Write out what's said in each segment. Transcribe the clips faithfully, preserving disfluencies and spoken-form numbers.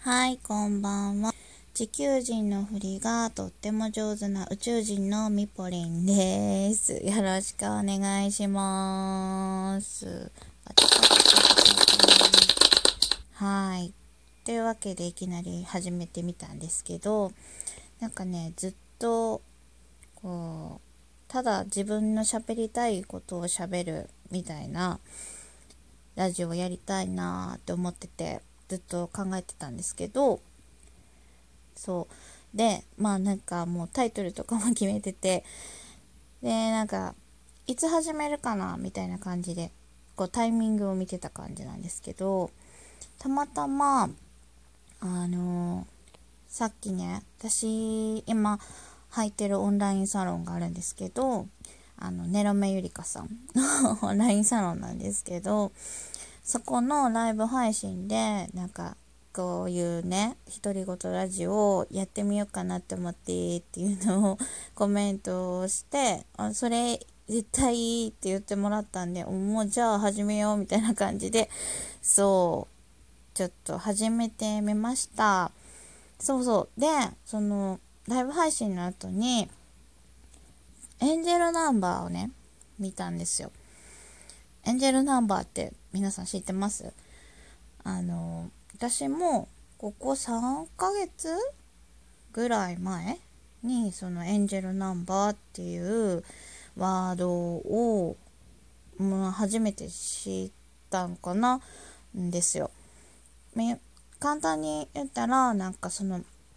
はい、こんばんは。地球人のふりがとっても上手な宇宙人のみぽりんです。よろしくお願いします。パチパチパチパチ。はい。というわけでいきなり始めてみたんですけど、なんかね、ずっとこう、ただ自分の喋りたいことを喋るみたいなラジオをやりたいなーって思ってて、ずっと考えてたんですけど、そうでまあなんかもうタイトルとかも決めてて、でなんかいつ始めるかなみたいな感じでこうタイミングを見てた感じなんですけど、たまたまあのーさっきね、私今入ってるオンラインサロンがあるんですけど、あのネロメゆりかさんのオンラインサロンなんですけど、そこのライブ配信でなんかこういうね独り言ラジオをやってみようかなって思ってっていうのをコメントをして、あそれ絶対いいって言ってもらったんで、もうじゃあ始めようみたいな感じで、そうちょっと始めてみました。そうそうで、そのライブ配信の後にエンジェルナンバーをね見たんですよ。エンジェルナンバーって皆さん知ってます？あの私もここさんかげつぐらい前にそのエンジェルナンバーっていうワードを、まあ、初めて知ったんかなんですよ。簡単に言ったらなんかその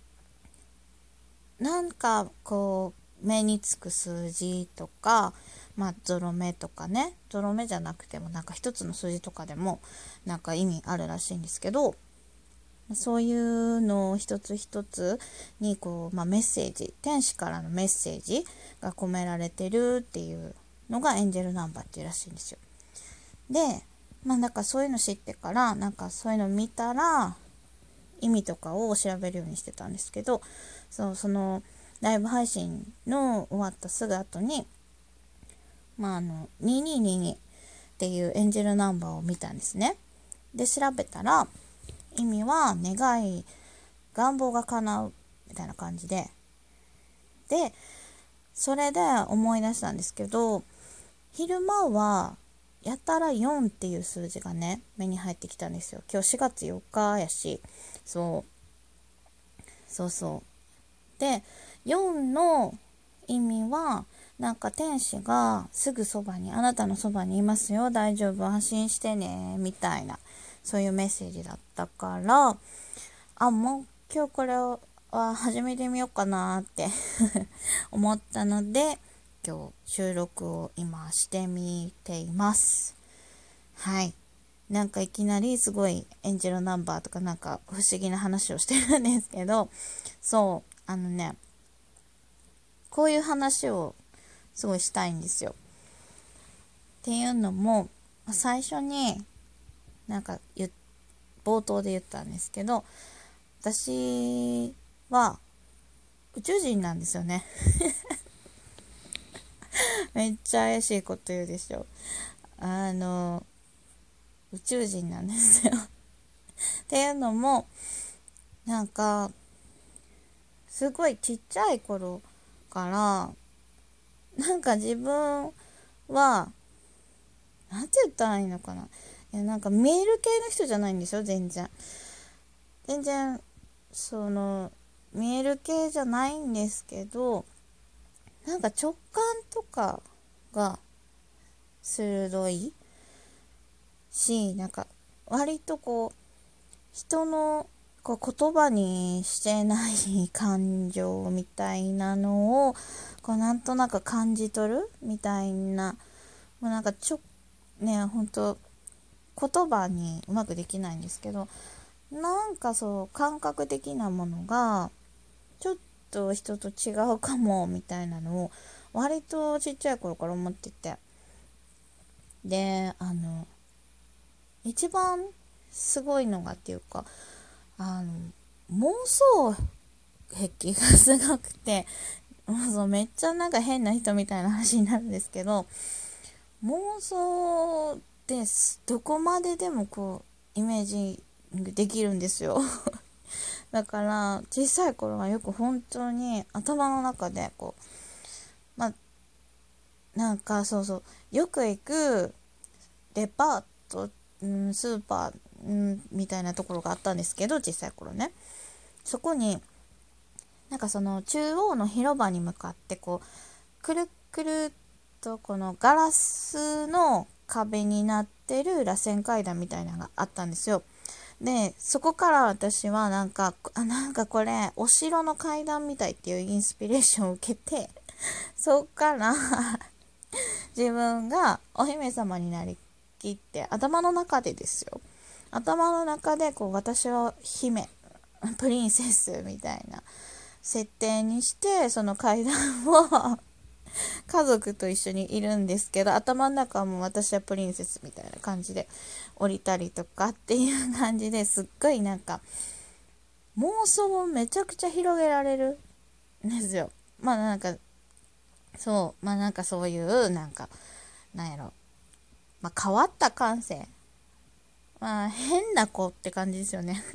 なんかこう目につく数字とか、まあゾロ目とかね、ゾロ目じゃなくてもなんか一つの数字とかでもなんか意味あるらしいんですけど、そういうのを一つ一つにこう、まあ、メッセージ、天使からのメッセージが込められてるっていうのがエンジェルナンバーっていうらしいんですよ。で、まあなんかそういうの知ってからなんかそういうの見たら意味とかを調べるようにしてたんですけど、そうそのライブ配信の終わったすぐ後に、まああのににーにーにーっていうエンジェルナンバーを見たんですね。で調べたら意味は願い、願望が叶うみたいな感じで、でそれで思い出したんですけど、昼間はやたらよんっていう数字がね目に入ってきたんですよ。今日しがつよっかやし、そうそうそうでよんの意味はなんか天使がすぐそばに、あなたのそばにいますよ、大丈夫、安心してねみたいな、そういうメッセージだったから、あもう今日これは始めてみようかなって思ったので、今日収録を今してみています。はい。なんかいきなりすごいエンジェルナンバーとかなんか不思議な話をしてるんですけど、そうあのねこういう話をすごいしたいんですよ。っていうのも最初になんか冒頭で言ったんですけど、私は宇宙人なんですよねめっちゃ怪しいこと言うでしょ。あの宇宙人なんですよっていうのもなんかすごいちっちゃい頃からなんか自分はなんて言ったらいいのかな、いやなんか見える系の人じゃないんですよ。全然全然その見える系じゃないんですけど、なんか直感とかが鋭いし、なんか割とこう人のこう言葉にしてない感情みたいなのをこうなんとなく感じ取るみたいな、もうなんかちょねほんと言葉にうまくできないんですけど、なんかそう感覚的なものがちょっと人と違うかもみたいなのを割とちっちゃい頃から思ってて、であの一番すごいのがっていうか、あの妄想癖がすごくて、もうそうめっちゃなんか変な人みたいな話になるんですけど、妄想ですどこまででもこうイメージできるんですよだから小さい頃はよく本当に頭の中でこう、まあなんかそうそうよく行くデパート、うん、スーパー、うん、みたいなところがあったんですけど、小さい頃ね、そこになんかその中央の広場に向かってこうくるくるっとこのガラスの壁になってる螺旋階段みたいなのがあったんですよ。でそこから私はなんかあなんかこれお城の階段みたいっていうインスピレーションを受けて、そっから自分がお姫様になりきって頭の中でですよ、頭の中でこう私は姫プリンセスみたいな設定にして、その階段を家族と一緒にいるんですけど、頭の中はもう私はプリンセスみたいな感じで降りたりとかっていう感じで、すっごいなんか妄想をめちゃくちゃ広げられるんですよ。まあなんかそうまあなんかそういうなんかなんやろ、まあ変わった感性、まあ変な子って感じですよね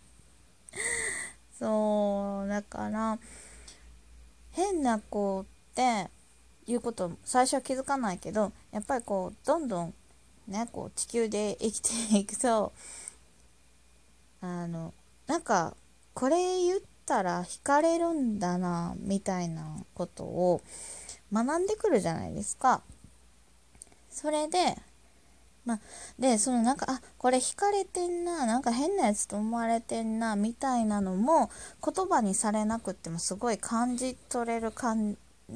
そうだから変な子っていうこと最初は気づかないけど、やっぱりこうどんどんねこう地球で生きていくと、あのなんかこれ言ったら惹かれるんだなみたいなことを学んでくるじゃないですか。それでまあ、でそのなんかあこれ惹かれてんな、なんか変なやつと思われてんなみたいなのも言葉にされなくってもすごい感じ取れるかん、うん、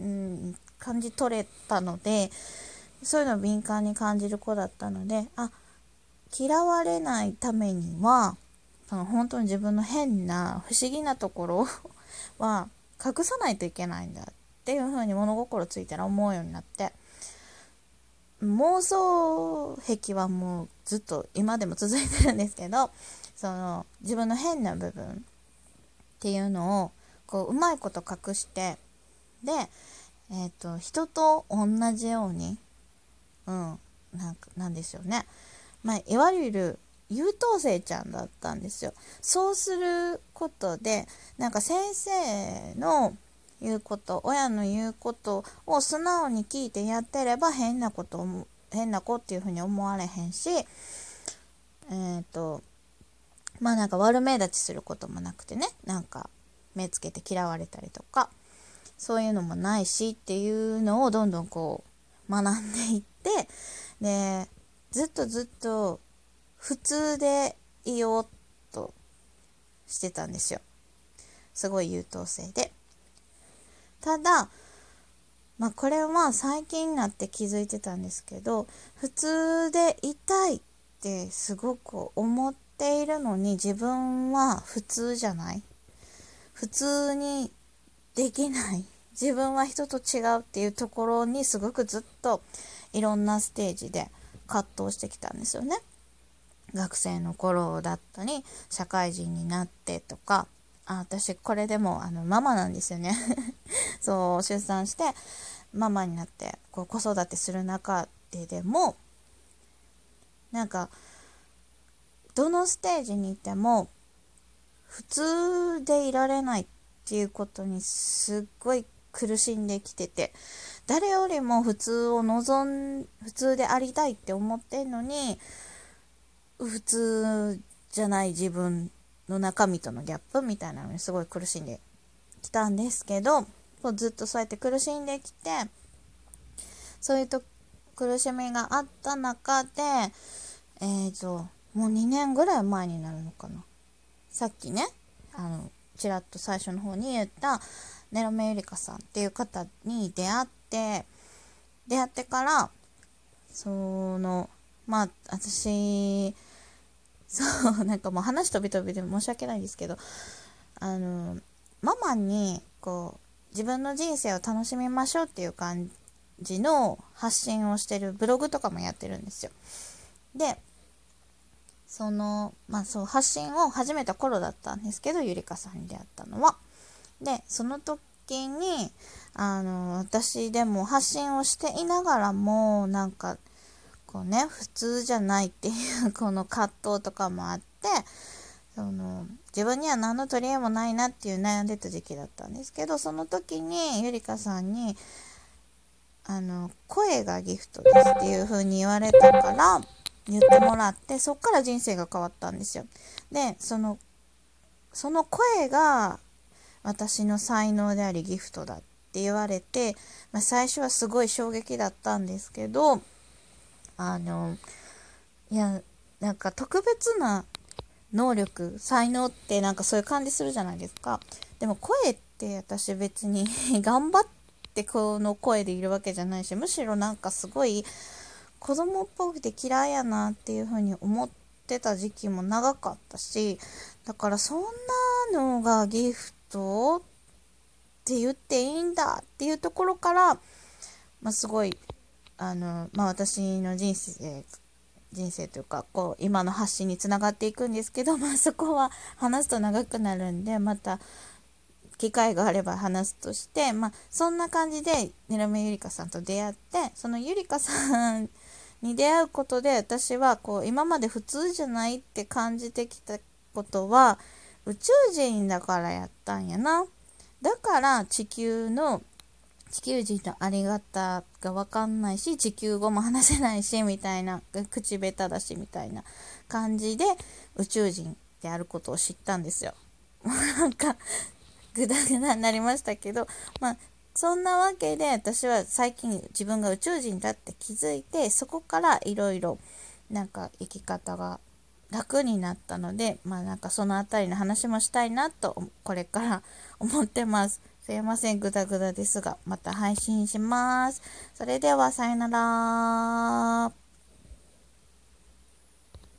感じ取れたので、そういうのを敏感に感じる子だったので、あ嫌われないためにはその本当に自分の変な不思議なところは隠さないといけないんだっていう風に物心ついたら思うようになって、妄想癖はもうずっと今でも続いてるんですけど、その自分の変な部分っていうのをこううまいこと隠して、で、えーと、人と同じように、うん、なんかなんでしょうね、まあ、いわゆる優等生ちゃんだったんですよ。そうすることでなんか先生の言うこと親の言うことを素直に聞いてやってれば変なことを変な子っていう風に思われへんし、えーとまあなんか悪目立ちすることもなくてね、なんか目つけて嫌われたりとかそういうのもないしっていうのをどんどんこう学んでいって、でずっとずっと普通でいようとしてたんですよ。すごい優等生で。ただまあこれは最近になって気づいてたんですけど、普通でいたいってすごく思っているのに自分は普通じゃない、普通にできない、自分は人と違うっていうところにすごくずっといろんなステージで葛藤してきたんですよね。学生の頃だったり社会人になってとか、あ私これでもあのママなんですよねそう出産してママになってこう子育てする中ででもなんかどのステージにいても普通でいられないっていうことにすっごい苦しんできてて、誰よりも普通を望ん普通でありたいって思ってんのに普通じゃない自分の中身とのギャップみたいなのにすごい苦しんできたんですけど、こうずっとそうやって苦しんできて、そういうと苦しみがあった中でえーともうにねんぐらい前になるのかな、さっきねあのちらっと最初の方に言ったネロメユリカさんっていう方に出会って出会ってからそのまあ私そうなんかもう話飛び飛びで申し訳ないんですけど、あのママにこう自分の人生を楽しみましょうっていう感じの発信をしてるブログとかもやってるんですよ。でそのまあそう発信を始めた頃だったんですけど、ゆりかさんに出会ったのは。でその時にあの私でも発信をしていながらもなんかこうね普通じゃないっていうこの葛藤とかもあって、 その自分には何の取り柄もないなっていう悩んでた時期だったんですけど、その時にゆりかさんにあの声がギフトですっていう風に言われたから言ってもらって、そっから人生が変わったんですよ。でそのその声が私の才能でありギフトだって言われて、まあ、最初はすごい衝撃だったんですけど、あのいやなんか特別な能力才能ってなんかそういう感じするじゃないですか。でも声って私別に頑張ってこの声でいるわけじゃないし、むしろなんかすごい子供っぽくて嫌いやなっていう風に思ってた時期も長かったし、だからそんなのがギフトって言っていいんだっていうところから、まあ、すごいあの、まあ、私の人生人生というかこう今の発信につながっていくんですけど、まあ、そこは話すと長くなるんでまた機会があれば話すとして、まあ、そんな感じでねるめゆりかさんと出会って、そのゆりかさんに出会うことで私はこう今まで普通じゃないって感じてきたことは宇宙人だからやったんやな。だから地球の地球人のありがたが分かんないし、地球語も話せないしみたいな、口下手だしみたいな感じで宇宙人であることを知ったんですよ。なんかグダグダになりましたけど、まあそんなわけで私は最近自分が宇宙人だって気づいて、そこからいろいろなんか生き方が楽になったので、まあなんかそのあたりの話もしたいなとこれから思ってます。すいません、グダグダですが、また配信します。それではさよなら。